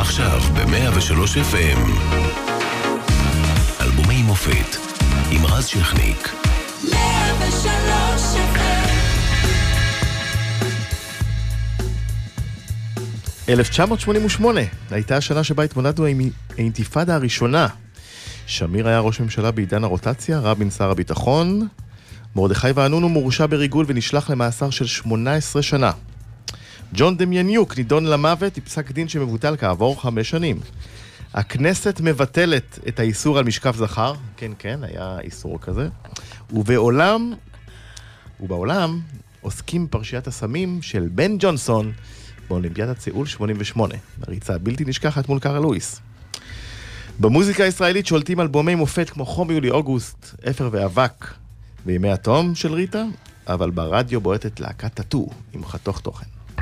עכשיו ב-103 FM. אלבומי מופת עם רז שכניק. 103 FM. 1988 הייתה השנה שבה התמודדנו עם האינתיפאדה הראשונה. שמיר היה ראש ממשלה בעידן הרוטציה, רבין שר הביטחון, מרדכי ואנונו מורשע בריגול ונשלח למאסר של 18 שנה. ג'ון דמיאניוק נידון למוות בפסק דין שמבוטל כעבור 5 שנים. הכנסת מבטלת את האיסור על משקף זכר, כן, היה איסור כזה, ובעולם עוסקים פרשיית הסמים של בן ג'ונסון באולימפיאדת סיאול 88, בריצה בלתי נשכחת מול קארל לואיס. במוזיקה הישראלית שולטים אלבומי מופת כמו חום יולי אוגוסט, אפר ואבק וימי התום של ריטה, אבל ברדיו בועטת להקת טאטו עם חתוך תוכן.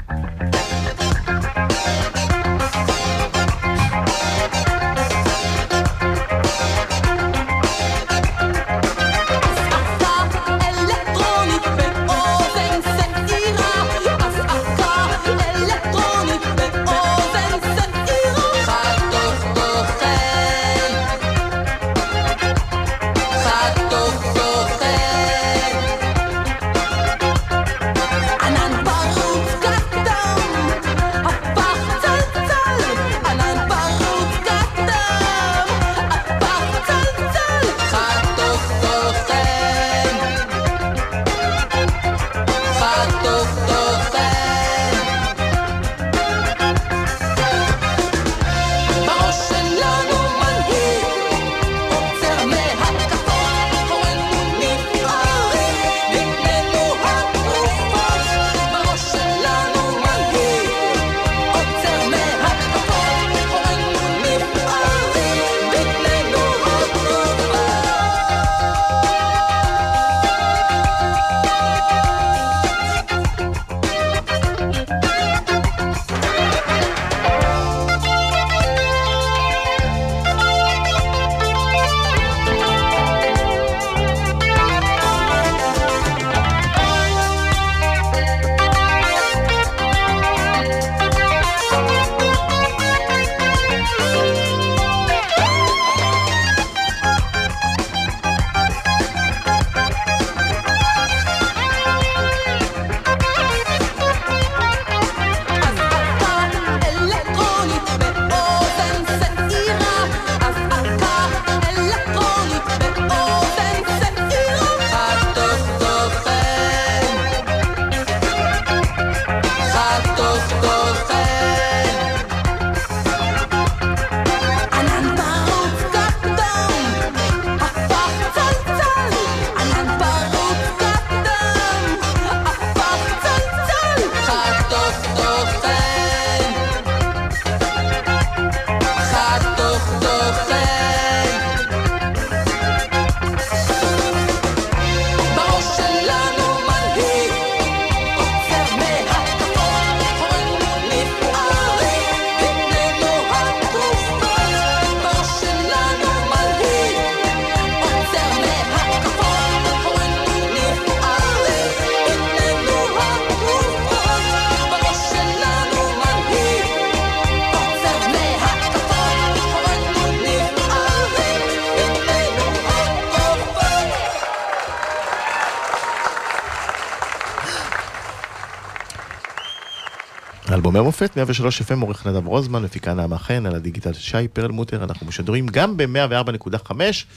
אלבומי מופת, 103 FM, עורך נדב רוזמן, מפיקה נעמה חן, על הדיגיטל שי פרלמוטר. אנחנו משדרים גם ב-104.5,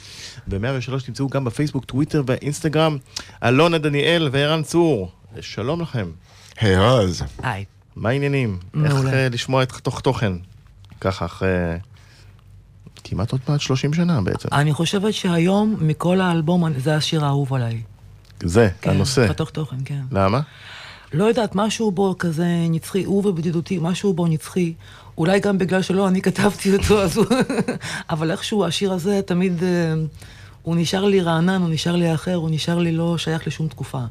ב-103 תמצאו גם בפייסבוק, טוויטר ואינסטגרם. אלונה דניאל וערן צור, שלום לכם. היי רז. היי. מה העניינים? מעולה. איך לשמוע את חתוך תוכן? ככה אחרי כמעט עוד מעט 30 שנה בעצם. אני חושבת שהיום מכל האלבום זה השיר האהוב עליי. זה, כן, הנושא. חתוך תוכן, כן. למה? לא יודעת, משהו בו כזה נצחי, הוא ובדידותי, משהו בו נצחי, אולי גם בגלל שלא אני כתבתי אותו, אז הוא... אבל איכשהו השיר הזה תמיד, הוא נשאר לי רענן, הוא נשאר לי אחר, הוא נשאר לי לא שייך לשום תקופה.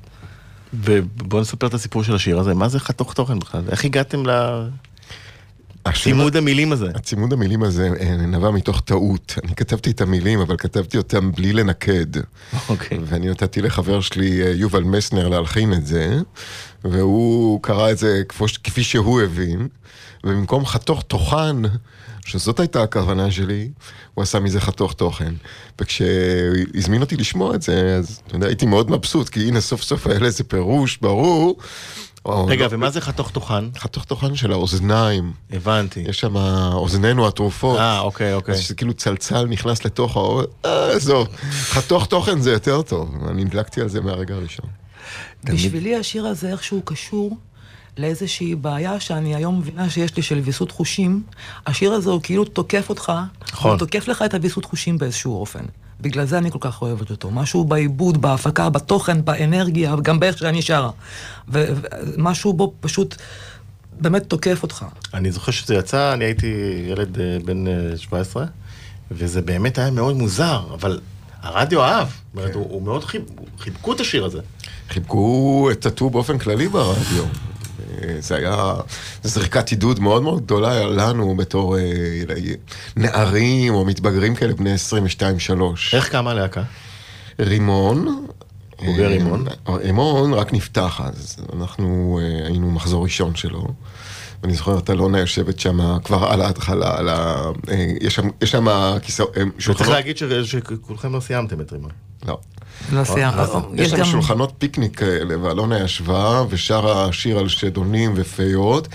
ובואו נספר את הסיפור של השיר הזה, מה זה חתוך תוכן בכלל? איך הגעתם הצימוד המילים הזה. הצימוד המילים הזה נבע מתוך טעות. אני כתבתי את המילים, אבל כתבתי אותם בלי לנקד. אוקיי. ואני נתתי לחבר שלי, יובל מסנר, להלחין את זה, והוא קרא את זה כפי שהוא הבין, ובמקום חתוך תוכן, שזאת הייתה הכוונה שלי, הוא עשה מזה חתוך תוכן. וכשהזמין אותי לשמוע את זה, אז אתה יודע, הייתי מאוד מבסוט, כי הנה סוף סוף היה איזה פירוש, ברור. רגע, ומה זה חתוך תוכן? חתוך תוכן של האוזניים. הבנתי. יש שם אוזנינו התרופות. אוקיי. אז שזה כאילו צלצל נכנס לתוך זהו. חתוך תוכן זה יותר טוב. אני נדלקתי על זה מהרגע הראשון. בשבילי השיר הזה איכשהו קשור לאיזושהי בעיה שאני היום מבינה שיש לי של ויסות חושים. השיר הזה הוא כאילו תוקף אותך, נכון. הוא תוקף לך את הוויסות חושים באיזשהו אופן. בגלל זה אני כל כך אוהבת אותו. משהו בעיבוד, בהפקה, בתוכן, באנרגיה, גם באיך שאני שרה. ומשהו בו פשוט באמת תוקף אותך. אני זוכר שזה יצא, אני הייתי ילד בן 17, וזה באמת היה מאוד מוזר, אבל הרדיו אהב. זאת אומרת, הוא מאוד חיבקו את השיר הזה. חיבקו את טאטו באופן כללי ברדיו. זה היה זריקת עידוד מאוד מאוד גדולה לנו בתור נערים או מתבגרים כאלה בני 22-3. איך קמה הלהקה? רימון. בוגר רימון? רימון רק נפתח אז. אנחנו היינו מחזור ראשון שלו. ואני זוכר את אלונה יושבת שם כבר על ההתחלה, יש שם כיסאות... צריך להגיד שכולכם לא סיימתם את רימון. לא. לא סיימת. יש שם שולחנות פיקניק כאלה, ואלונה ישבה ושרה שיר על שדונים ופיות,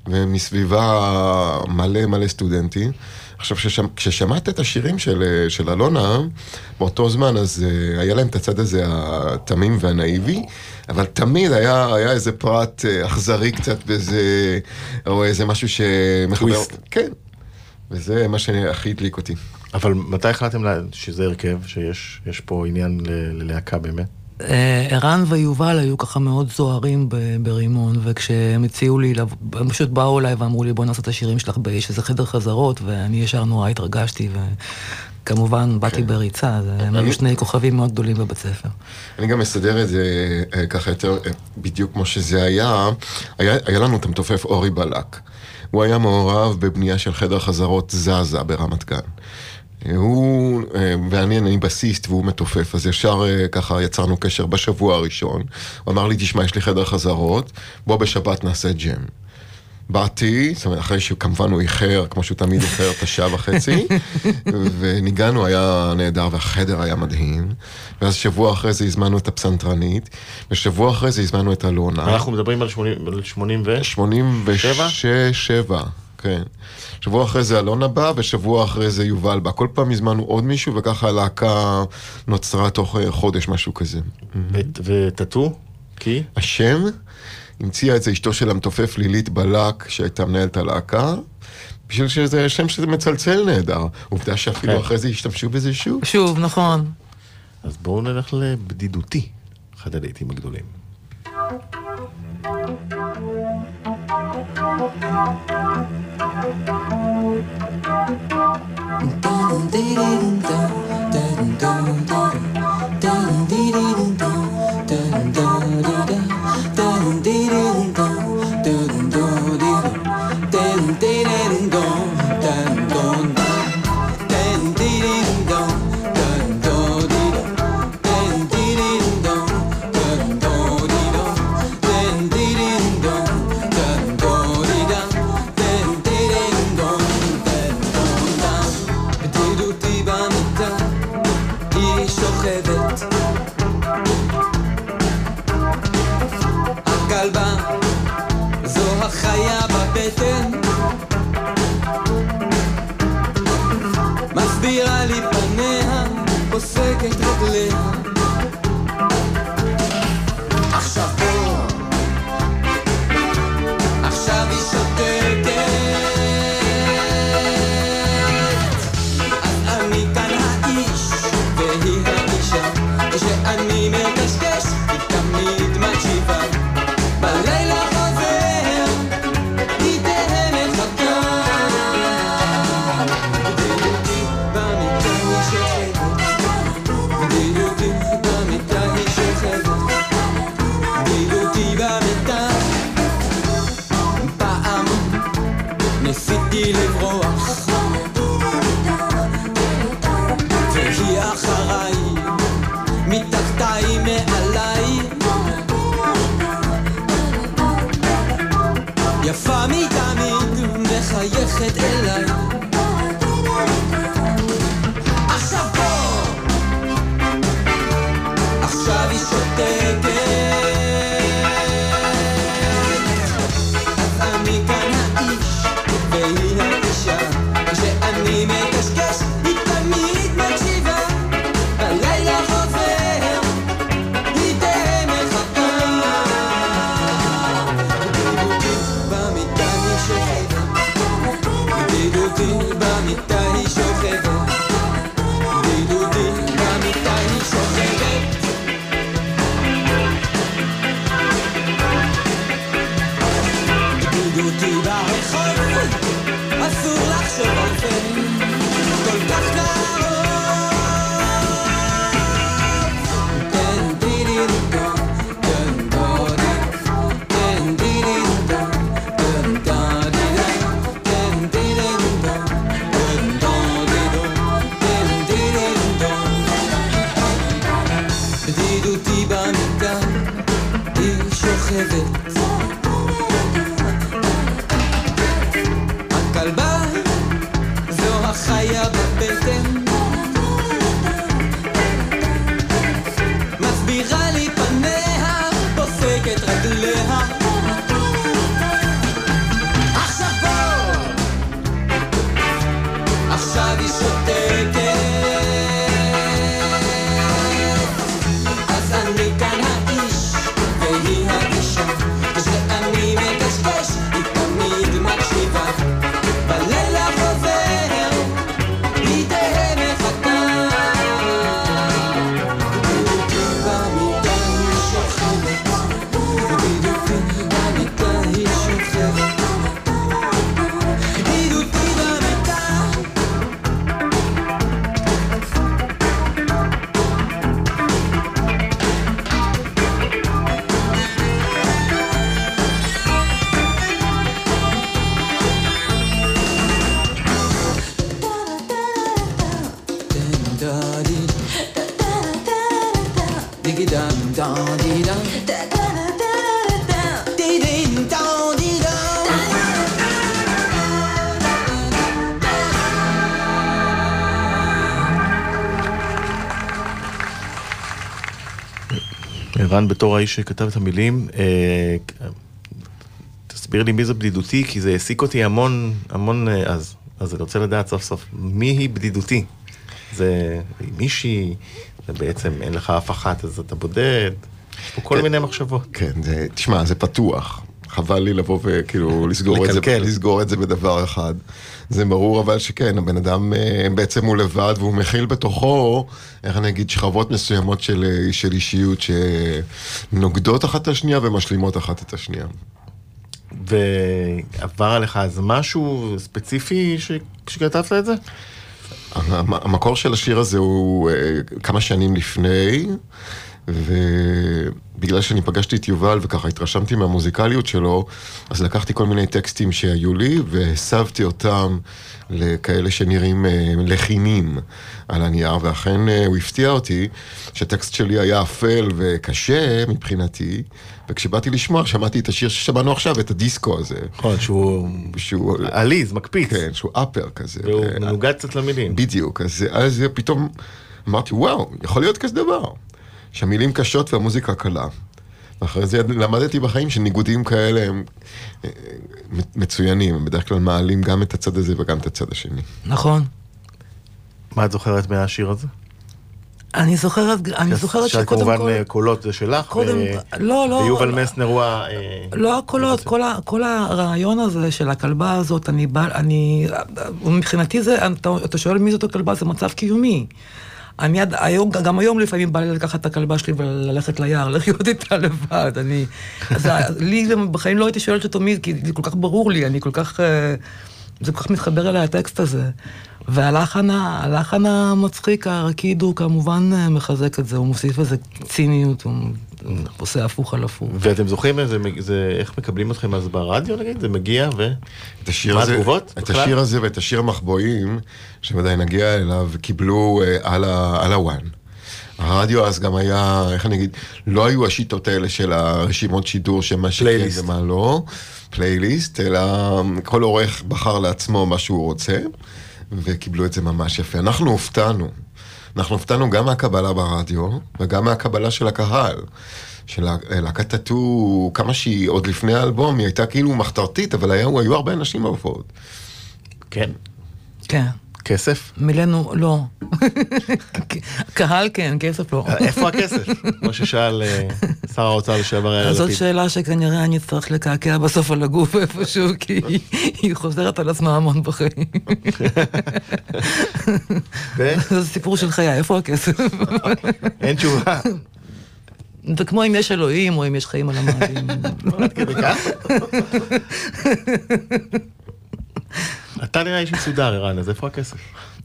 ומסביבה מלא סטודנטים. עכשיו, כששמעת את השירים של אלונה, באותו זמן, אז היה להם את הצד הזה התמים והנאיבי, אבל תמיד היה איזה פרט אכזרי קצת באיזה, או איזה משהו שמחבר... כן. וזה מה שהכי הדליק אותי. אבל מתי החלטתם שזה הרכב, שיש פה עניין ללהקה באמת? ערן ויובל היו ככה מאוד זוהרים ברימון, וכשהם הציעו לי, הם פשוט באו אליי ואמרו לי, בוא נעשה את השירים שלך באיש, איזה חדר חזרות, ואני ישר נורא התרגשתי, וכמובן באתי בריצה, הם היו שני כוכבים מאוד גדולים בבית ספר. אני גם מסדר את זה ככה יותר, בדיוק כמו שזה היה לנו את המתופף אורי בלק. הוא היה מעורב בבנייה של חדר חזרות זזה ברמת גן. אני בסיסט והוא מתופף, אז ישר ככה יצרנו קשר בשבוע הראשון. הוא אמר לי, תשמע, יש לי חדר חזרות, בוא בשבת נעשה ג'ם. באתי, זאת אומרת, אחרי שכמובן הוא איחר, כמו שהוא תמיד איחר את השעה וחצי, וניגענו, היה נהדר, והחדר היה מדהים, ואז שבוע אחרי זה הזמנו את הפסנתרנית, ושבוע אחרי זה הזמנו את אלונה. אנחנו מדברים על 87, כן. שבוע אחרי זה אלונה בא, ושבוע אחרי זה יובל בא. כל פעם הזמנו עוד מישהו, וככה הלהקה נוצרה תוך חודש, משהו כזה. וטאטו? כי? השם המציאה את זה אשתו של המתופף לילית בלק, שהייתה מנהלת הלהקה, בשביל שזה שם שזה מצלצל נהדר. עובדה שאפילו אחרי זה השתמשו בזה שוב. שוב, נכון. אז בואו נלך לבדידותי, אחד הלעיתים הגדולים. מחייכת אליי. עכשיו בוא, עכשיו היא שותקת, אז אני כאן האיש והיא האישה, כשאני מקשקש היא תמיד מקשיבה, בלילה חוזר היא תהיה מחכה, במיטה היא שוכבת, בדידותי במיטה היא שוכבת, בדידותי במיטה היא שוכבת, בדידותי ברחוב, אסור לחשוב על זה, כל כך קרוב. תן דידידו, תן דודי, תן דידידו, תן דודידו, תן דידידו, תן דודידו, תן דידידו. בדידותי במיטה היא שוכבת, הכלבה זו החיה בבטן, מסבירה לי פניה, פוסקת רגליה. עכשיו בוא, עכשיו היא שותקת, אז אני כאן האיש והיא האישה, כשאני מקשקש היא תמיד מקשיבה, בלילה חוזר היא תהיה מחכה, במיטה היא שוכבת, בדידותי במיטה היא שוכבת, בדידותי במיטה. ערן, בתור האיש שכתב את המילים, תסביר לי מי זה בדידותי, כי זה העסיק אותי המון, אז אני רוצה לדעת סוף סוף, מי היא בדידותי? זה מישהי, זה בעצם אין לך אף אחת, אז אתה בודד, יש פה כל מיני מחשבות. כן, תשמע, זה פתוח. חבל לי לבוא וכאילו לסגור את זה בדבר אחד. זה ברור אבל שכן, הבן אדם בעצם הוא לבד והוא מכיל בתוכו, איך אני אגיד, שכבות מסוימות של אישיות שנוגדות אחת את השנייה ומשלימות אחת את השנייה. ועבר עליך אז משהו ספציפי שכתבת את זה? המקור של השיר הזה הוא כמה שנים לפני, ובגלל שאני פגשתי את יובל וככה התרשמתי מהמוזיקליות שלו, אז לקחתי כל מיני טקסטים שהיו לי והסבתי אותם לכאלה שנראים לחינים על הנייר, ואכן הוא הפתיע אותי שהטקסט שלי היה אפל וקשה מבחינתי, וכשבאתי לשמוע שמעתי את השיר ששמענו עכשיו, את הדיסקו הזה. נכון, שהוא עליז, מקפיץ. כן, שהוא אפר כזה. והוא מנוגד קצת למילים. בדיוק, אז פתאום אמרתי, וואו, יכול להיות כזה דבר. שהמילים קשות והמוזיקה קלה. ואחרי זה למדתי בחיים שניגודים כאלה הם מצוינים, הם בדרך כלל מעלים גם את הצד הזה וגם את הצד השני. נכון. מה את זוכרת מהשיר הזה? אני זוכרת שקודם כמובן כל... קולות זה שלך, לא. ויובל מסנר הוא ה... לא הקולות, כל הרעיון הזה של הכלבה הזאת, מבחינתי זה, אתה שואל מי זאת הכלבה, זה מצב קיומי. גם היום לפעמים בא לי לקחת את הכלבה שלי וללכת ליער, לחיות איתה לבד. לי בחיים לא הייתי שואלת אותו מי, כי זה כל כך ברור לי, זה כל כך מתחבר אליי הטקסט הזה. והלחן המצחיק, הרקיד, הוא כמובן מחזק את זה, הוא מוסיף איזה ציניות, הוא עושה הפוך על הפוך. ואתם זוכרים איך מקבלים אתכם אז ברדיו, נגיד? זה מגיע מה התגובות? את השיר הזה ואת השיר המחבואים, שוודאי נגיע אליו, קיבלו על הוואן. הרדיו אז גם היה, איך אני אגיד, לא היו השיטות האלה של הרשימות שידור שמה שכן ומה לא, פלייליסט, אלא כל עורך בחר לעצמו מה שהוא רוצה, וקיבלו את זה ממש יפה. אנחנו הופתענו גם מהקבלה ברדיו, וגם מהקבלה של הקהל. של להקת טאטו, כמה שהיא עוד לפני האלבום, היא הייתה כאילו מחתרתית, אבל היו הרבה אנשים בהופעות. כן. כן. כסף? מילנו, לא. קהל כן, כסף לא. איפה הכסף? כמו ששאל שר האוצר לשעבר יאיר לפיד. זאת שאלה שכנראה אני אצטרך לקעקע בסוף על הגוף איפשהו, כי היא חוזרת על עצמה המון בחיים. זה סיפור של חיי, איפה הכסף? אין תשובה. זה כמו אם יש אלוהים, או אם יש חיים על המאדים. עד כדי כך? אתה נראה איש מסודר, ערן, אז איפה הכסף?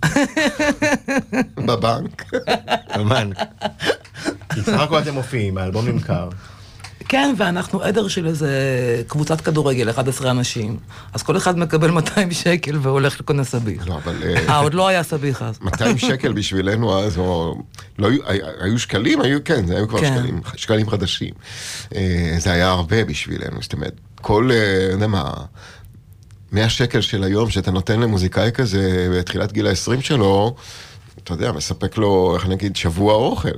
בבנק. בבנק. כי סך הכל אתם מופיעים, האלבום נמכר. כן, ואנחנו עדר של איזה קבוצת כדורגל, 11 אנשים. אז כל אחד מקבל 200 שקל והולך לקונה סביח. לא, אבל... עוד לא היה סביח אז. 200 שקל בשבילנו אז, לא היו שקלים, כן, זה היו כבר שקלים חדשים. זה היה הרבה בשבילנו, זאת אומרת, כל, יודע מה, 100 שקל של היום שאתה נותן למוזיקאי כזה בתחילת גיל ה-20 שלו, אתה יודע, מספק לו, איך נגיד, שבוע אוכל.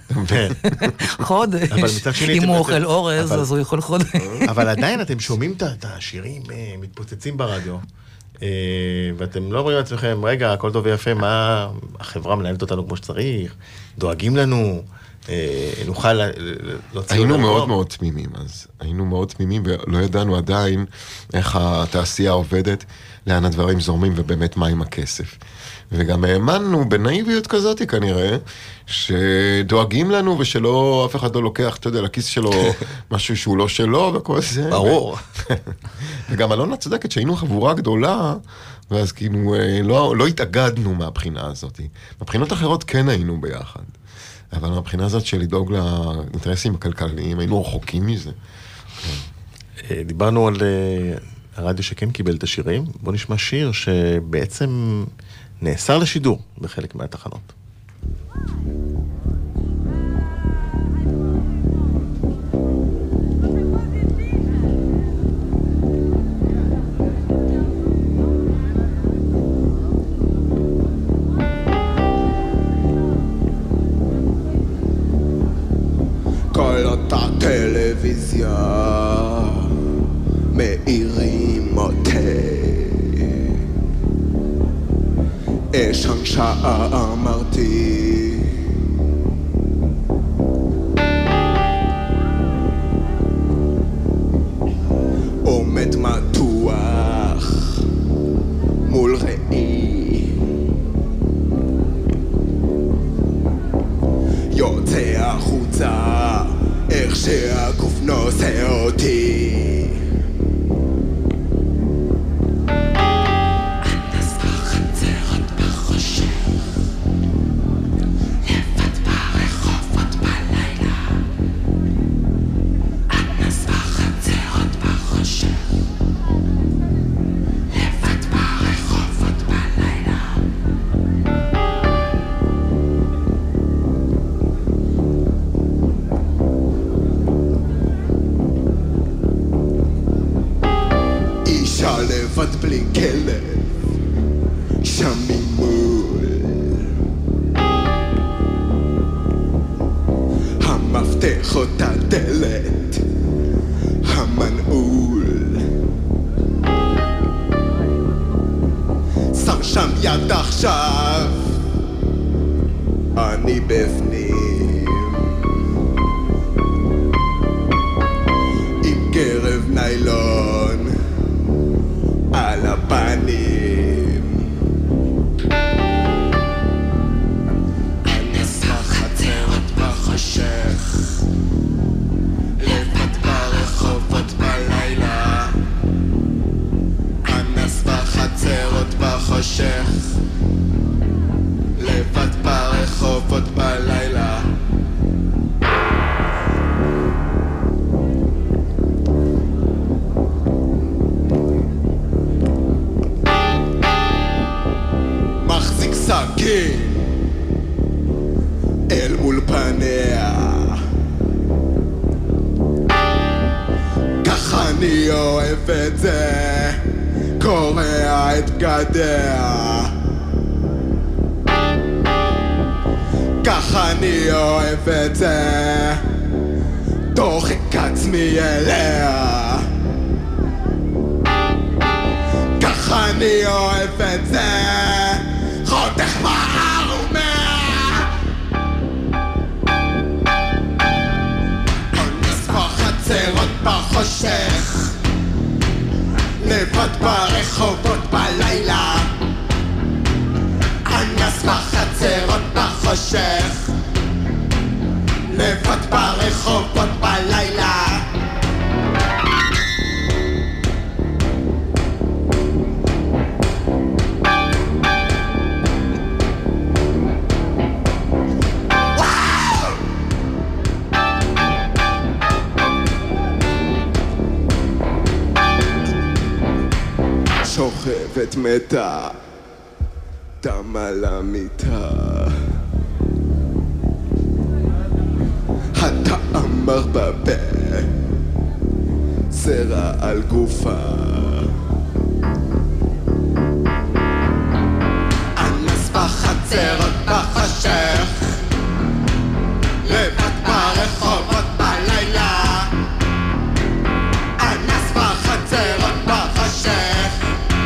חודש. אם הוא אוכל אורז, אז הוא יכול חודש. אבל עדיין אתם שומעים את השירים, מתפוצצים ברדיו, ואתם לא רואים לעצמכם, רגע, הכל טוב ויפה, מה החברה מנהלת אותנו כמו שצריך, דואגים לנו, נוכל להוציא... היינו מאוד מאוד תמימים, אז היינו מאוד תמימים, ולא ידענו עדיין איך התעשייה עובדת, לאן הדברים זורמים, ובאמת מה עם הכסף. וגם האמנו בנאיביות כזאת כנראה, שדואגים לנו ושלא, אף אחד לא לוקח, אתה יודע, לכיס שלו משהו שהוא לא שלו וכל זה. ברור. וגם אלונה צודקת שהיינו חבורה גדולה, ואז כאילו לא התאגדנו מהבחינה הזאת. מבחינות אחרות כן היינו ביחד. אבל מהבחינה הזאת של לדאוג לאינטרסים הכלכליים, היינו רחוקים מזה. דיברנו על הרדיו שכן קיבל את השירים. בוא נשמע שיר שבעצם נאסר לשידור בחלק מהתחנות. כל אותה טלוויזיה מאירים אותי אשן שעה אמרתי עומד מתוח מול ראי יוצא החוצה איך שהגוף נושא אותי לבד בלי כלב שם ממול המפתח אותה דלת המנעול שם שם יד עכשיו אני בפנים עם גרב ניילון על הפנים אנס בחצרות בחושך לבד ברחובות בלילה אנס בחצרות בחושך לבד ברחובות בלילה סכין אל מול לה את בגדיה. ככה אני אוהב את זה, דוחק עצמי אליה. ככה אני אוהב את זה, חותך בערומיה. אונס בחצרות בחושך, לבד ברחובות בלילה. אונס בחצרות בחושך, לבד ברחובות בלילה. שוכבת מתה, דם על המיטה, הטעם מר בפה, זרע על גופה. אנס בחצרות בחשך, לבד ברחובות בלילה. אנס בחצרות בחשך,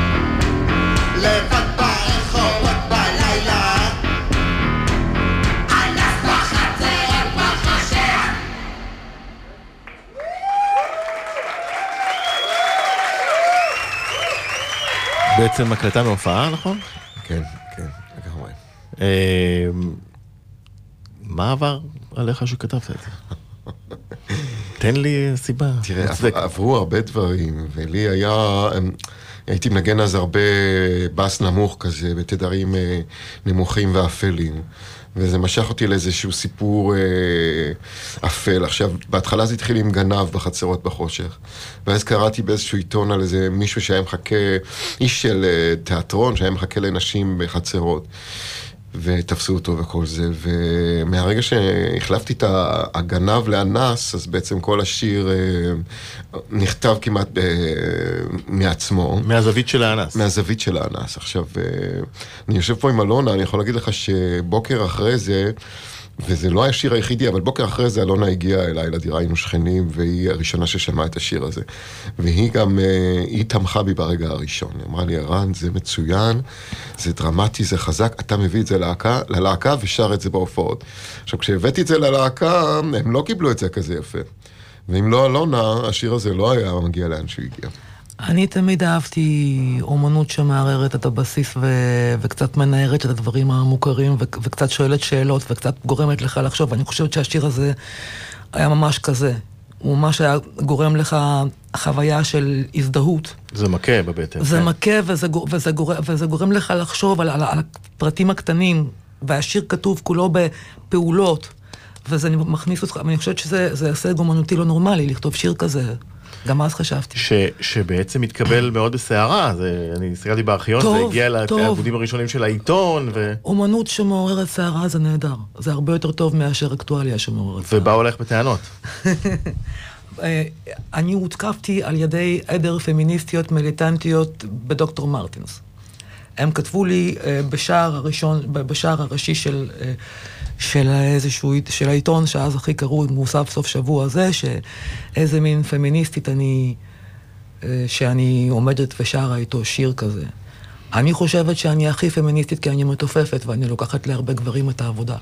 לבד ברחובות בלילה. אנס בחצרות בחשך. בעצם הקלטה מהופעה, נכון? כן, כן, לגמרי. מה עבר עליך שכתבת את זה? תן לי סיבה. תראה, עברו הרבה דברים, ולי היה, הייתי מנגן אז הרבה בס נמוך כזה, בתדרים נמוכים ואפלים, וזה משך אותי לאיזשהו סיפור אפל. עכשיו, בהתחלה זה התחיל עם גנב בחצרות בחושך, ואז קראתי באיזשהו עיתון על איזה מישהו שהיה מחכה, איש של תיאטרון שהיה מחכה לנשים בחצרות, ותפסו אותו וכל זה, ומהרגע שהחלפתי את הגנב לאנס, אז בעצם כל השיר נכתב כמעט מעצמו. מהזווית של האנס. מהזווית של האנס. עכשיו, אני יושב פה עם אלונה, אני יכול להגיד לך שבוקר אחרי זה, וזה לא היה השיר היחידי, אבל בוקר אחרי זה אלונה הגיעה אליי לדירה, היינו שכנים, והיא הראשונה ששמעה את השיר הזה. והיא גם, היא תמכה בי ברגע הראשון. היא אמרה לי, ערן, זה מצוין, זה דרמטי, זה חזק, אתה מביא את זה ללהקה ושר את זה בהופעות. עכשיו, כשהבאתי את זה ללהקה, הם לא קיבלו את זה כזה יפה. ואם לא אלונה, השיר הזה לא היה מגיע לאן שהוא הגיע. אני תמיד אהבתי אומנות שמערערת את הבסיס וקצת מנערת את הדברים המוכרים וקצת שואלת שאלות וקצת גורמת לך לחשוב. ואני חושבת שהשיר הזה היה ממש כזה. הוא ממש היה גורם לך חוויה של הזדהות. זה מכה בבטן. זה מכה וזה גורם לך לחשוב על הפרטים הקטנים, והשיר כתוב כולו בפעולות, וזה מכניס אותך, אני חושבת שזה הישג אומנותי לא נורמלי, לכתוב שיר כזה. גם אז חשבתי. שבעצם מתקבל מאוד בסערה, אני הסתכלתי בארכיון, זה הגיע לעבודים הראשונים של העיתון. אומנות שמעוררת סערה זה נהדר. זה הרבה יותר טוב מאשר אקטואליה שמעוררת סערה. ובה הולך בטענות. אני הותקפתי על ידי עדר פמיניסטיות מיליטנטיות בדוקטור מרטינס. הם כתבו לי בשער הראשי של העיתון, שאז הכי קראו מוסף סוף שבוע הזה, שאיזה מין פמיניסטית שאני עומדת ושרה איתו שיר כזה. אני חושבת שאני הכי פמיניסטית כי אני מתופפת, ואני לוקחת להרבה גברים את העבודה.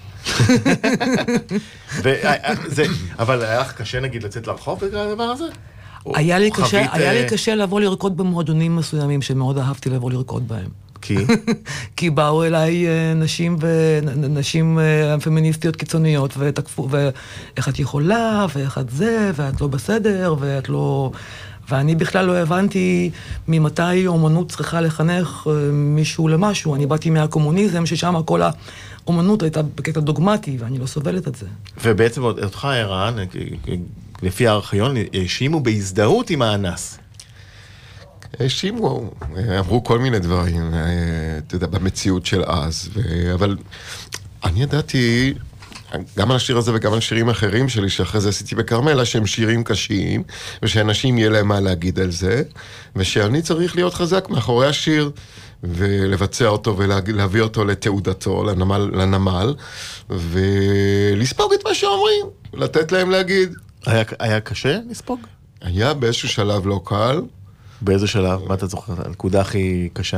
אבל היה לך קשה נגיד לצאת לרחוב בגלל הדבר הזה? היה לי קשה לבוא לרקוד במועדונים מסוימים שמאוד אהבתי לבוא לרקוד בהם. כי? כי באו אליי נשים פמיניסטיות קיצוניות ותקפו, ואיך את יכולה, ואיך את זה, ואת לא בסדר, ואת לא... ואני בכלל לא הבנתי ממתי אומנות צריכה לחנך מישהו למשהו. אני באתי מהקומוניזם, ששם כל האומנות הייתה בקטע דוגמטי, ואני לא סובלת את זה. ובעצם אותך, ערן, לפי הארכיון, האשימו בהזדהות עם האנס. האשימו, אמרו כל מיני דברים, אתה יודע, במציאות של אז, אבל אני ידעתי, גם על השיר הזה וגם על שירים אחרים שלי, שאחרי זה עשיתי בקרמלה, שהם שירים קשים, ושאנשים יהיה להם מה להגיד על זה, ושאני צריך להיות חזק מאחורי השיר, ולבצע אותו ולהביא אותו לתעודתו, לנמל, ולספוג את מה שאומרים, לתת להם להגיד. היה קשה לספוג? היה באיזשהו שלב לא קל. באיזה שלב? מה אתה זוכר? הנקודה הכי קשה?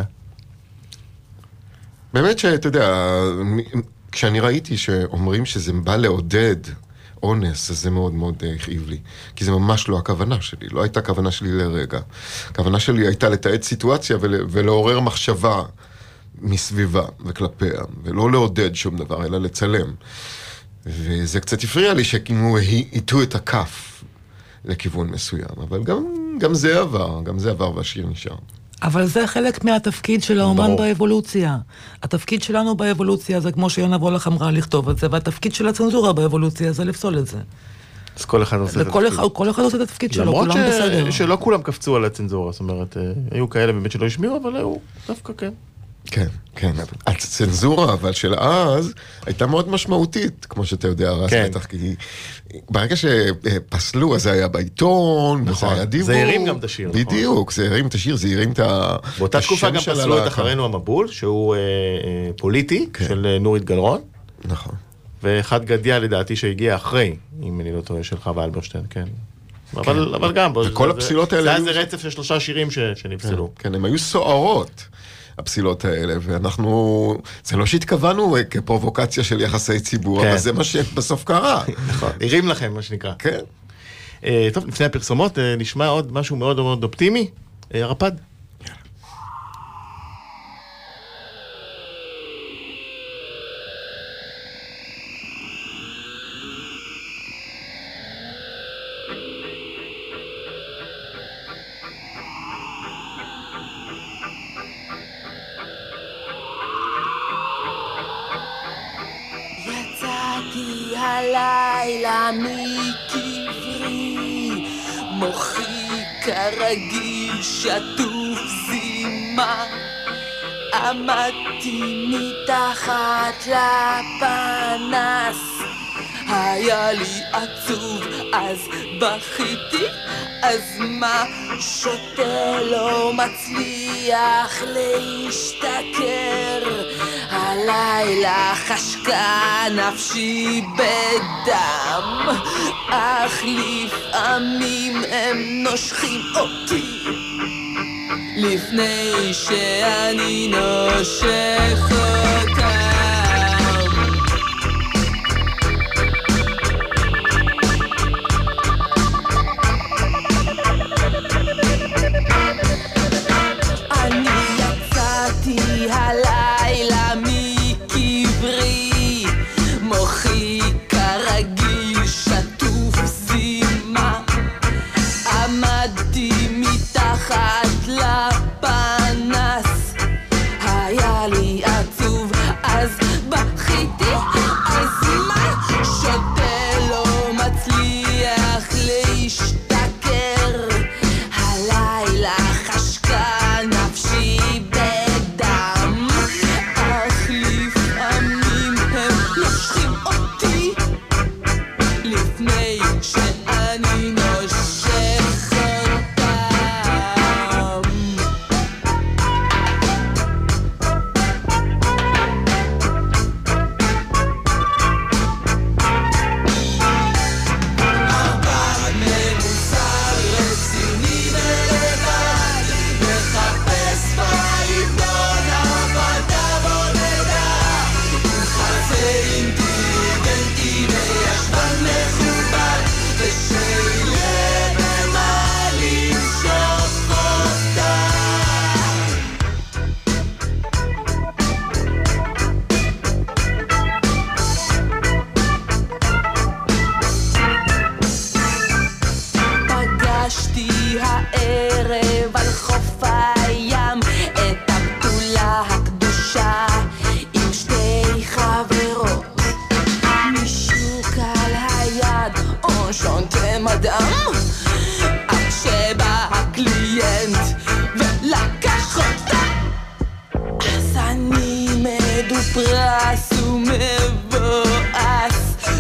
באמת שאתה יודע, כשאני ראיתי שאומרים שזה בא לעודד אונס, אז זה מאוד מאוד הכאיב לי. כי זה ממש לא הכוונה שלי, לא הייתה הכוונה שלי לרגע. הכוונה שלי הייתה לתעד סיטואציה ולעורר מחשבה מסביבה וכלפיה, ולא לעודד שום דבר, אלא לצלם. וזה קצת הפריע לי שכאילו היטו את הכף לכיוון מסוים, אבל גם זה עבר והשיר נשאר. אבל זה חלק מהתפקיד של האומן באבולוציה. התפקיד שלנו באבולוציה זה כמו שיונה וולך אמרה לכתוב את זה, והתפקיד של הצנזורה באבולוציה זה לפסול את זה. אז כל אחד עושה את התפקיד. כל אחד עושה את התפקיד שלו, למרות כולם בסדר. שלא כולם קפצו על הצנזורה, זאת אומרת, היו כאלה באמת שלא השמיעו, אבל היו דווקא כן. כן, כן. הצנזורה, אבל של אז, הייתה מאוד משמעותית, כמו שאתה יודע, רז בטח, כי ברגע שפסלו, אז זה היה בעיתון, וזה היה דיבור. זה הרים גם את השיר, נכון? בדיוק, זה הרים את השיר, זה הרים את השם של באותה תקופה גם פסלו את אחרינו המבול, שהוא פוליטי, של נורית גלרון. נכון. ואחד גדיה לדעתי שהגיע אחרי, אם אני לא טועה, של חווה אלברשטיין, כן. אבל גם, וכל הפסילות האלה... זה היה איזה רצף של 3 שירים שנפסלו. כן, הם היו סוערות. הפסילות האלה, ואנחנו, זה לא שהתכוונו כפרובוקציה של יחסי ציבור, אבל זה מה שבסוף קרה. נכון, הרים לכם, מה שנקרא. כן. טוב, לפני הפרסומות, נשמע עוד משהו מאוד מאוד אופטימי, הרפד. הלילה מקברי, מוחי כרגיל שטוף זימה, עמדתי מתחת לפנס, היה לי עצוב אז בכיתי, אז מה שותה לא מצליח להשתכר, הלילה חשקה נפשי בדם, אך לפעמים הם נושכים אותי לפני שאני נושך אותם. הלילה מקברי, מוחי כרגיל שטוף זימה, עמדתי מתחת לפנס, היה לי עצוב אז בכיתי, אז מה שותה לא מצליח להשתכר, הלילה חשקה נפשי פרס ומבואס,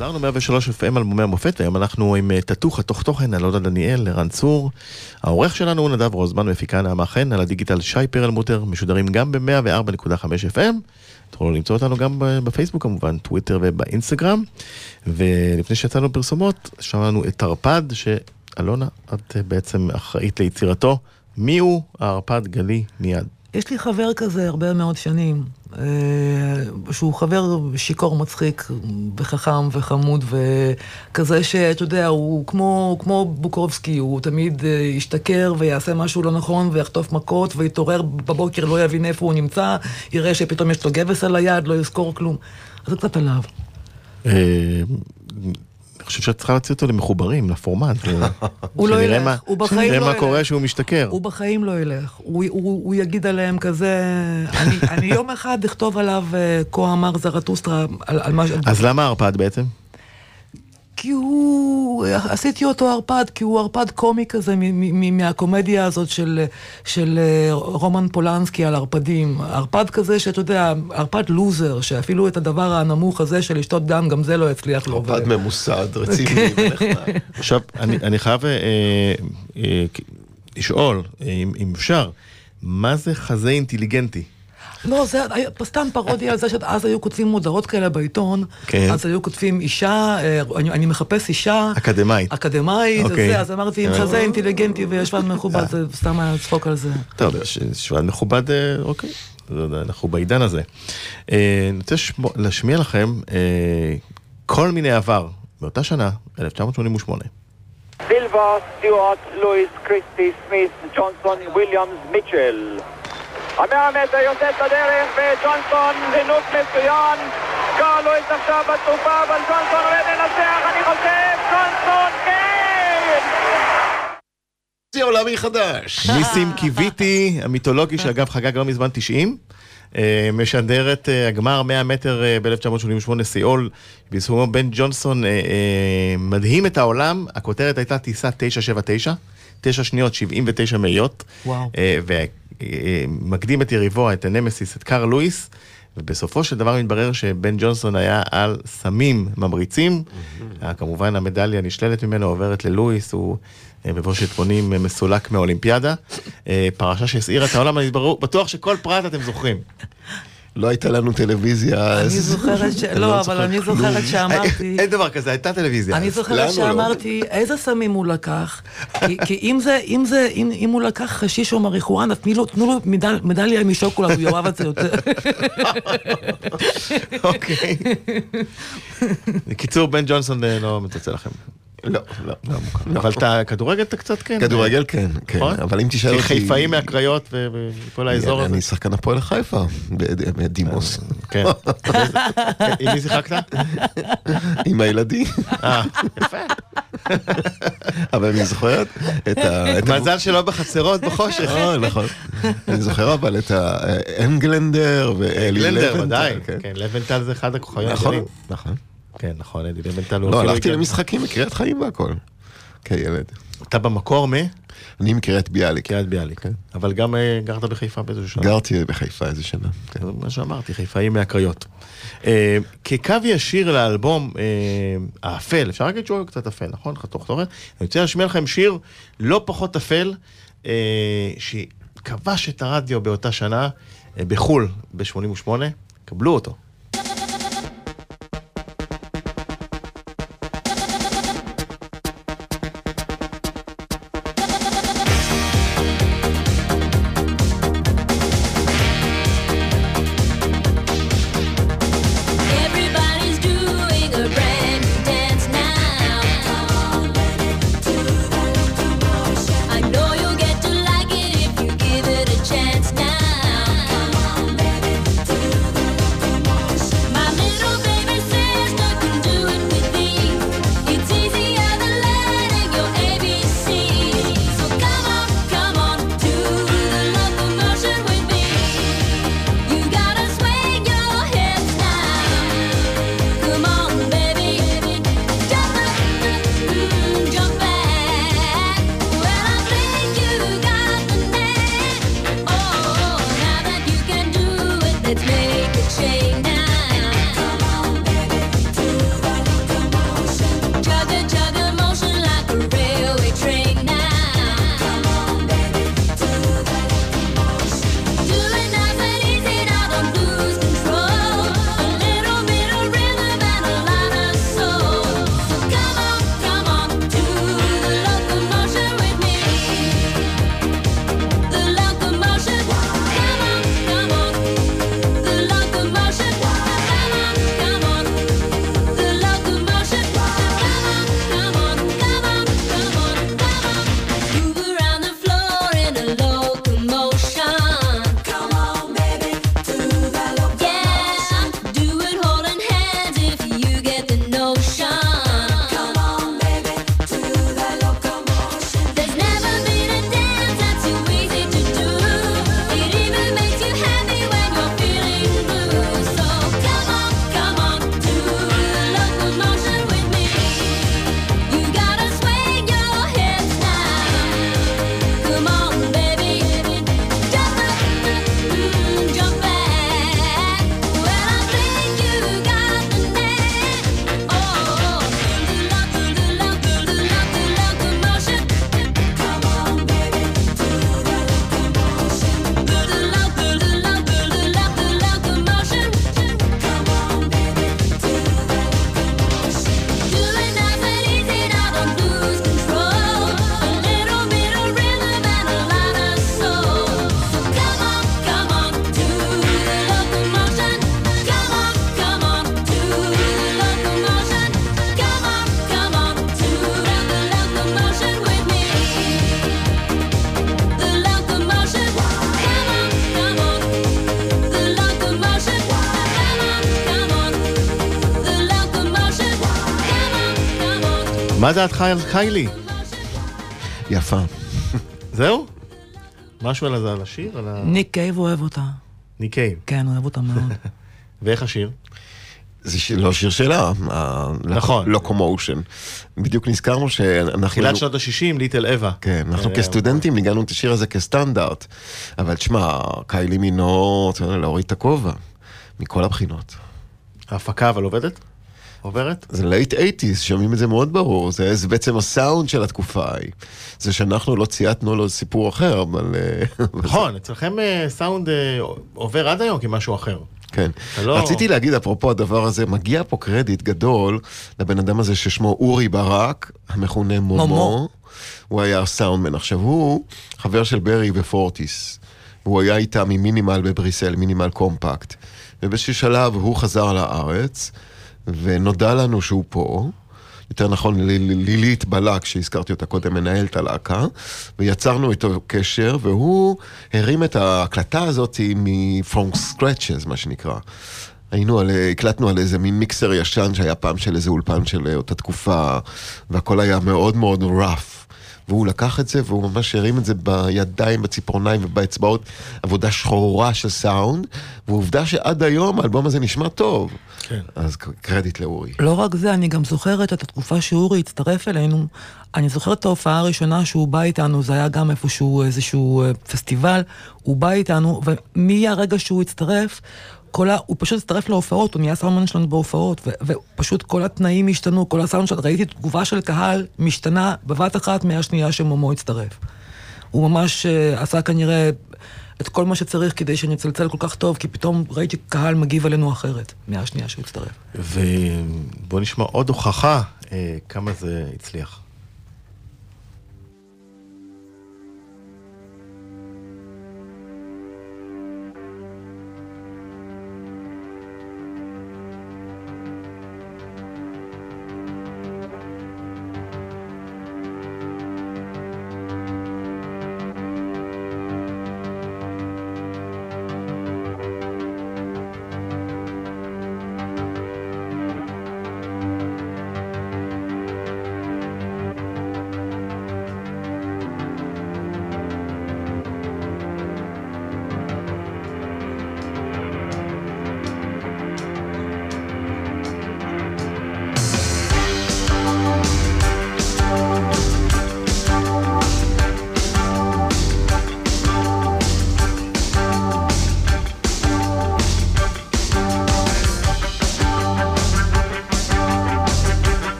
חזרנו 103 FM על מומי המופת, היום אנחנו עם תתוך התוך תוכן, אלונה דניאל, ערן צור. העורך שלנו הוא נדב רוזמן, מפיקה נעמה חן, על הדיגיטל שי פרלמוטר, משודרים גם ב-104.5 FM. תוכלו למצוא אותנו גם בפייסבוק כמובן, טוויטר ובאינסטגרם. ולפני שיצאנו פרסומות, שמענו את ערפד, שאלונה, את בעצם אחראית ליצירתו. מי הוא הערפד? גלי מיד. יש לי חבר כזה הרבה מאוד שנים, שהוא חבר שיקור מצחיק וחכם וחמוד וכזה שאתה יודע, הוא כמו בוקובסקי, הוא תמיד ישתכר ויעשה משהו לא נכון ויחטוף מכות ויתעורר בבוקר, לא יבין איפה הוא נמצא, יראה שפתאום יש לו גבס על היד, לא יזכור כלום. אז זה קצת עליו. אני חושב שאת צריכה להציע אותו למחוברים, לפורמט. הוא לא ילך, הוא בחיים לא ילך. שנראה מה קורה שהוא משתכר. הוא בחיים לא ילך. הוא יגיד עליהם כזה... אני יום אחד אכתוב עליו כה אמר זרטוסטרה על מה... אז למה ערפד בעצם? כי הוא... עשיתי אותו ערפד, כי הוא ערפד קומי כזה מהקומדיה הזאת של רומן פולנסקי על ערפדים. ערפד כזה שאתה יודע, ערפד לוזר, שאפילו את הדבר הנמוך הזה של לשתות דם, גם זה לא הצליח לו. ערפד ממוסד, רציני ונחמד. עכשיו, אני חייב לשאול, אם אפשר, מה זה חזה אינטליגנטי? לא, זה סתם פרודיה על זה שאז היו כותבים מודעות כאלה בעיתון, אז היו כותבים אישה, אני מחפש אישה... אקדמאית. אז אמרתי, אם חזה אינטליגנטי וישבן מכובד, זה סתם היה צחוק על זה. טוב, שבן מכובד, אוקיי, אנחנו בעידן הזה. אני רוצה להשמיע לכם כל מיני עבר, באותה שנה, 1988. סילבה, סטיוארט, לואיס, קריסטי, סמית, ג'ונסון, וויליאמס, מיטשל. 100 מטר יוצאת לדרך, וג'ונסון זינוק מצוין. קרלויס עכשיו בתקופה, אבל ג'ונסון עומד לנצח, אני חושב, ג'ונסון, כן! זה עולמי חדש. ניסים קיוויתי, המיתולוגי שאגב חגג לא מזמן 90, משדר את הגמר 100 מטר ב-1988 סיול, ביישומו בן ג'ונסון מדהים את העולם, הכותרת הייתה טיסה 979, 9 שניות 79 מאיות, ומקדים את יריבו, את הנמסיס, את קארל לואיס, ובסופו של דבר מתברר שבן ג'ונסון היה על סמים ממריצים, כמובן המדליה נשללת ממנו, עוברת ללואיס, הוא בבושת פונים מסולק מהאולימפיאדה, פרשה שהסעירה את העולם, אני בטוח שכל פרט אתם זוכרים. לא הייתה לנו טלוויזיה. אני זוכרת לא, אבל אני זוכרת שאמרתי... אין דבר כזה, הייתה טלוויזיה. אני זוכרת שאמרתי, איזה סמים הוא לקח? כי אם הוא לקח חשיש או מריחואנה, תנו לו מדליה משוקולד, הוא יאהב את זה יותר. אוקיי. בקיצור, בן ג'ונסון לא מתוצא לכם. לא. אבל אתה כדורגל אתה קצת כן. כדורגל כן. אבל אם תשאל אותי... חיפאים מהקריות וכל האזור הזה. אני שחקן הפועל חיפה, בדימוס. כן. עם מי שיחקת? עם הילדים. יפה. אבל אני זוכרת את... מזל שלא בחצרות בחושך. נכון. אני זוכר אבל את האנגלנדר ואלי לבנטל. אנגלנדר, ודאי. כן, לבנטל זה אחד הכוכבים הגדולים. נכון. כן, נכון, אדי לבנטל. לא, הלכתי למשחקים בקריית חיים והכל, כילד. אתה במקור מי? אני מקריית ביאליק. קריית ביאליק, אבל גם גרת בחיפה באיזו שנה. גרתי בחיפה איזו שנה. זה מה שאמרתי, חיפאים מהקריות. כקו ישיר לאלבום האפל, אפשר להגיד שהוא קצת אפל, נכון? חתוך תורן. אני רוצה להשמיע לכם שיר לא פחות אפל, שכבש את הרדיו באותה שנה, בחול, ב-88, קבלו אותו. מה דעתך על קיילי? יפה. זהו? משהו על השיר? ניק קייב אוהב אותה. ניק קייב. כן, אוהב אותה מאוד. ואיך השיר? זה לא שיר שלה, נכון. לוקומושן. בדיוק נזכרנו שאנחנו... תחילת שנות ה-60, ליטל אווה. כן, אנחנו כסטודנטים ניגענו את השיר הזה כסטנדרט. אבל תשמע, קיילי מינו, להוריד את הכובע, מכל הבחינות. ההפקה אבל עובדת? עוברת? זה late 80s, שומעים את זה מאוד ברור, זה בעצם הסאונד של התקופה ההיא. זה שאנחנו לא צייתנו לו סיפור אחר, אבל... נכון, אצלכם סאונד עובר עד היום כמשהו אחר. כן. רציתי להגיד, אפרופו הדבר הזה, מגיע פה קרדיט גדול לבן אדם הזה ששמו אורי ברק, המכונה מומו. הוא היה סאונדמן. עכשיו הוא חבר של ברי ופורטיס. הוא היה איתם ממינימל בבריסל, מינימל קומפקט. ובאיזשהו שלב הוא חזר לארץ, ונודע לנו שהוא פה, יותר נכון לילית בלק, שהזכרתי אותה קודם, מנהלת הלהקה, ויצרנו איתו קשר, והוא הרים את ההקלטה הזאת מ-From Scratches, מה שנקרא. הקלטנו על איזה מין מיקסר ישן, שהיה פעם של איזה אולפן של אותה תקופה, והכל היה מאוד מאוד rough. והוא לקח את זה, והוא ממש הרים את זה בידיים, בציפורניים ובאצבעות, עבודה שחורה של סאונד, ועובדה שעד היום האלבום הזה נשמע טוב. כן. אז קרדיט לאורי. לא רק זה, אני גם זוכרת את התקופה שאורי הצטרף אלינו, אני זוכרת את ההופעה הראשונה שהוא בא איתנו, זה היה גם איזשהו פסטיבל, הוא בא איתנו, ומהרגע שהוא הצטרף, הוא פשוט הצטרף להופעות, הוא נהיה סאונדמן שלנו בהופעות, ופשוט כל התנאים השתנו, כל הסאונד שלנו, ראיתי תגובה של קהל משתנה בבת אחת מהשנייה שמומו הצטרף. הוא ממש עשה כנראה את כל מה שצריך כדי שנצלצל כל כך טוב, כי פתאום ראיתי קהל מגיב עלינו אחרת מהשנייה שהוא הצטרף. ובוא נשמע עוד הוכחה כמה זה הצליח.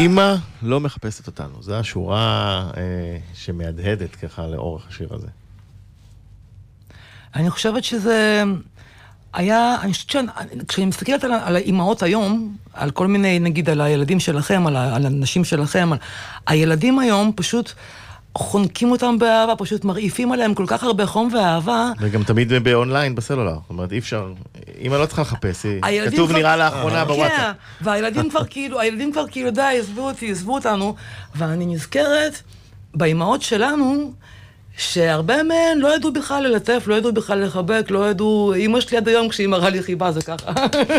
אמא לא מחפשת אותנו. זו השורה שמהדהדת ככה לאורך השיר הזה. אני חושבת שזה היה, כשאני מסתכלת על האימהות היום, על כל מיני, נגיד, על הילדים שלכם, על הנשים שלכם, הילדים היום פשוט חונקים אותם באהבה, פשוט מרעיפים עליהם כל כך הרבה חום ואהבה. וגם תמיד באונליין, בסלולר. זאת אומרת, אי אפשר, אמא לא צריכה לחפש, כתוב נראה לאחרונה בוואטסאפ. כן, והילדים כבר כאילו, די, עזבו אותנו, ואני נזכרת באימהות שלנו, שהרבה מהן לא ידעו בכלל ללטף, לא ידעו בכלל לחבק, לא ידעו, אמא שלי עד היום כשהיא מראה לי חיבה, זה ככה.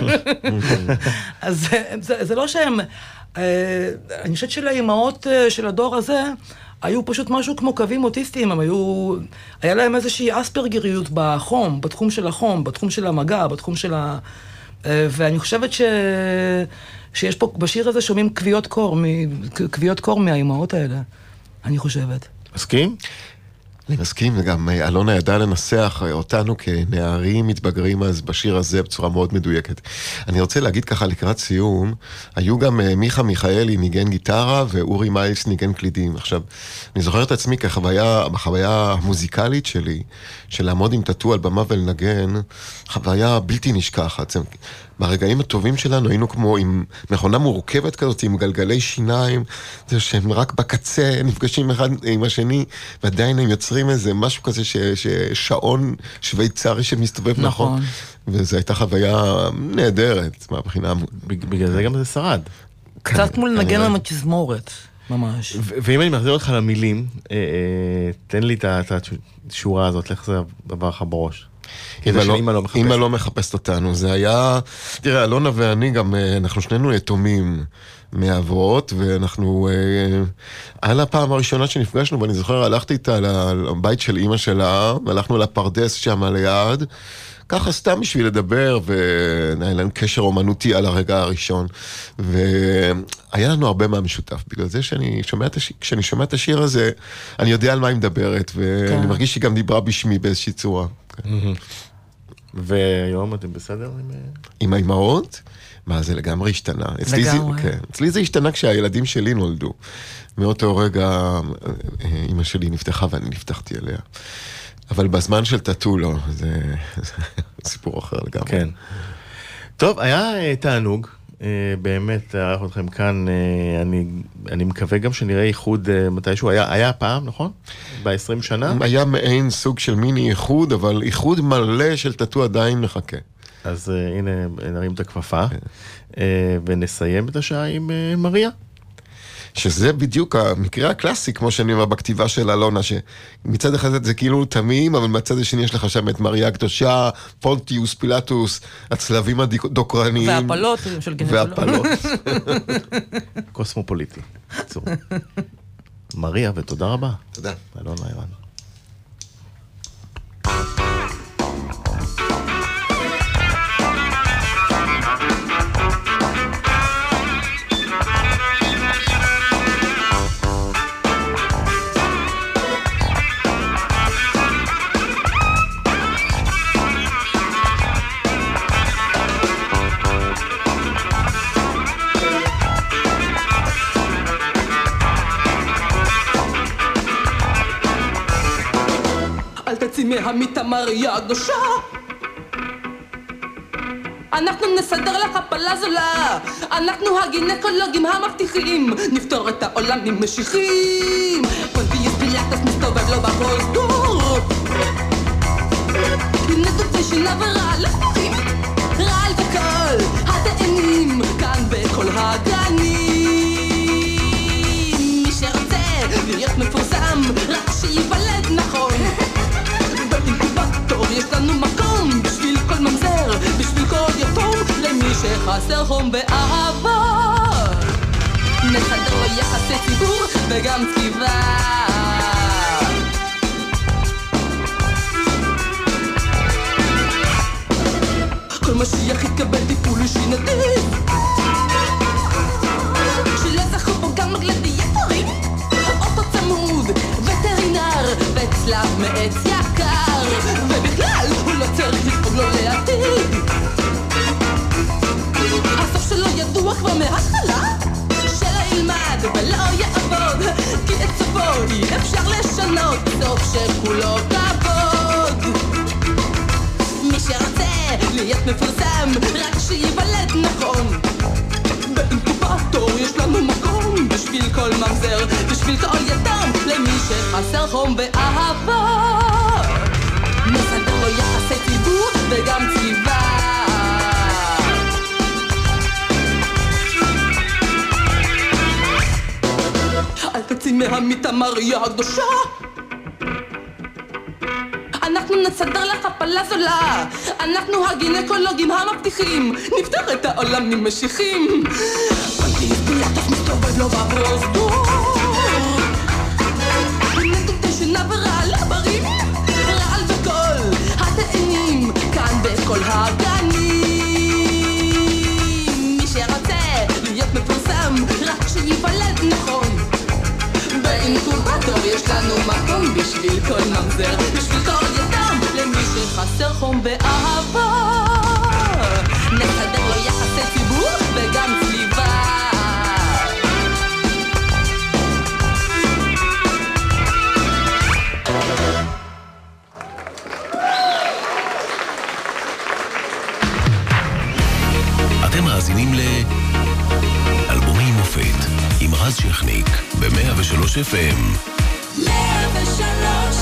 אז זה לא שהם, אני חושבת שלאימהות של הדור הזה, היו פשוט משהו כמו קווים אוטיסטיים, היה להם איזושהי אספרגריות בחום, בתחום של החום, בתחום של המגע, בתחום של ואני חושבת שיש פה, בשיר הזה שומעים קביעות קור מהאימהות האלה, אני חושבת. מסכים? אני מסכים, וגם אלונה ידעה לנסח אותנו כנערים מתבגרים אז בשיר הזה בצורה מאוד מדויקת. אני רוצה להגיד ככה לקראת סיום, היו גם מיכה מיכאלי ניגן גיטרה ואורי מיילס ניגן קלידים. עכשיו, אני זוכר את עצמי בחוויה המוזיקלית שלי, של לעמוד עם טאטו על במה ולנגן, חוויה בלתי נשכחת. ברגעים הטובים שלנו היינו כמו עם מכונה מורכבת כזאת, עם גלגלי שיניים, זה שהם רק בקצה נפגשים אחד עם השני, ועדיין הם יוצרים איזה משהו כזה ששעון שוויצרי שמסתובב נכון. וזו הייתה חוויה נהדרת, מהבחינה... בגלל זה גם זה שרד. קצת מול נגן המתזמורת, ממש. ואם אני מחזיר אותך למילים, תן לי את השורה הזאת, איך זה עבר לך בראש? אמא לא מחפשת אותנו, זה היה, תראה, אלונה ואני גם, אנחנו שנינו יתומים מאבות, ואנחנו, על הפעם הראשונה שנפגשנו, ואני זוכר, הלכתי איתה לבית של אמא שלה, והלכנו לפרדס שם ליד, ככה סתם בשביל לדבר, והיה לנו קשר אומנותי על הרגע הראשון, והיה לנו הרבה מה משותף, בגלל זה כשאני שומע את השיר הזה, אני יודע על מה היא מדברת, ואני מרגיש שהיא גם דיברה בשמי באיזושהי צורה. והיום אתם בסדר? עם האימהות? מה, זה לגמרי השתנה. אצלי זה השתנה כשהילדים שלי נולדו. מאותו רגע אמא שלי נפתחה ואני נפתחתי אליה. אבל בזמן של טאטו לא, זה סיפור אחר לגמרי. כן. טוב, היה תענוג. באמת, ארח אתכם כאן, אני מקווה גם שנראה איחוד מתישהו, היה פעם, נכון? ב-20 שנה? היה מעין סוג של מיני איחוד, אבל איחוד מלא של טאטו עדיין מחכה. אז הנה, נרים את הכפפה, ונסיים את השעה עם מריה. שזה בדיוק המקרה הקלאסי, כמו שאני אומר בכתיבה של אלונה, שמצד אחד זה כאילו תמים, אבל מצד השני יש לך שם את מריה הקדושה, פונטיוס, פילטוס, הצלבים הדוקרניים. והפלות של גנבולוג. והפלות. קוסמופוליטי. מריה, ותודה רבה. תודה. אלונה אירן. מהמיטה מריה הקדושה, אנחנו נסדר לך פלה זולה, אנחנו הגינקולוגים המבטיחים, נפתור את העולם עם משיחים. פונטיוס פילטוס מסתובב לו בפרוזדור, נדוצי שינה ורעל לפורים, רעל וקול הדענים כאן בכל הגנים. מי שרוצה להיות מפורסם רק שיוולד נכון, יש לנו מקום בשביל כל ממזר, בשביל כל יתום, למי שחסר חום באהבה. נסדר לו יחסי ציבור וגם צבע. כל משיח יתקבל טיפול אישי נדיב, שלא זכו פה גם גלדיאטורים, אוטו צמוד, וטרינר וצלב מעץ יקר, ובכלל הוא לא צריך לדאוג לו לעתיד. הסוף שלו ידוע כבר מההתחלה, של האילמה להיות מפורסם, רק שיוולד נכון. באינקובטור יש לנו מקום, בשביל כל ממזר, בשביל כל יתם, למי שחסר חום ואהבה. נסדר לו יחסי ציבור וגם צבא. אל תצאי מהמיטה מריה הקדושה, אנחנו נסדר לך הפלה זולה, אנחנו הגינקולוגים המבטיחים, נפתח את העולם ממשיכים. פונטיוס פילטוס מסתובב לו בפרוזדור, נטוטי שינה ורעל עברים, רעל וכל התאנים, כאן בכל הגנים. מי שרוצה להיות מפורסם, רק שיוולד נכון. באינקובטור יש לנו מקום, בשביל כל ממזר, בשביל כל יתם, למי שחסר חום ואהבה. נסדר לו יחסי ציבור וגם סביבה. אתם מאזינים לאלבומי מופת עם רז שכניק ב-103 FM. 103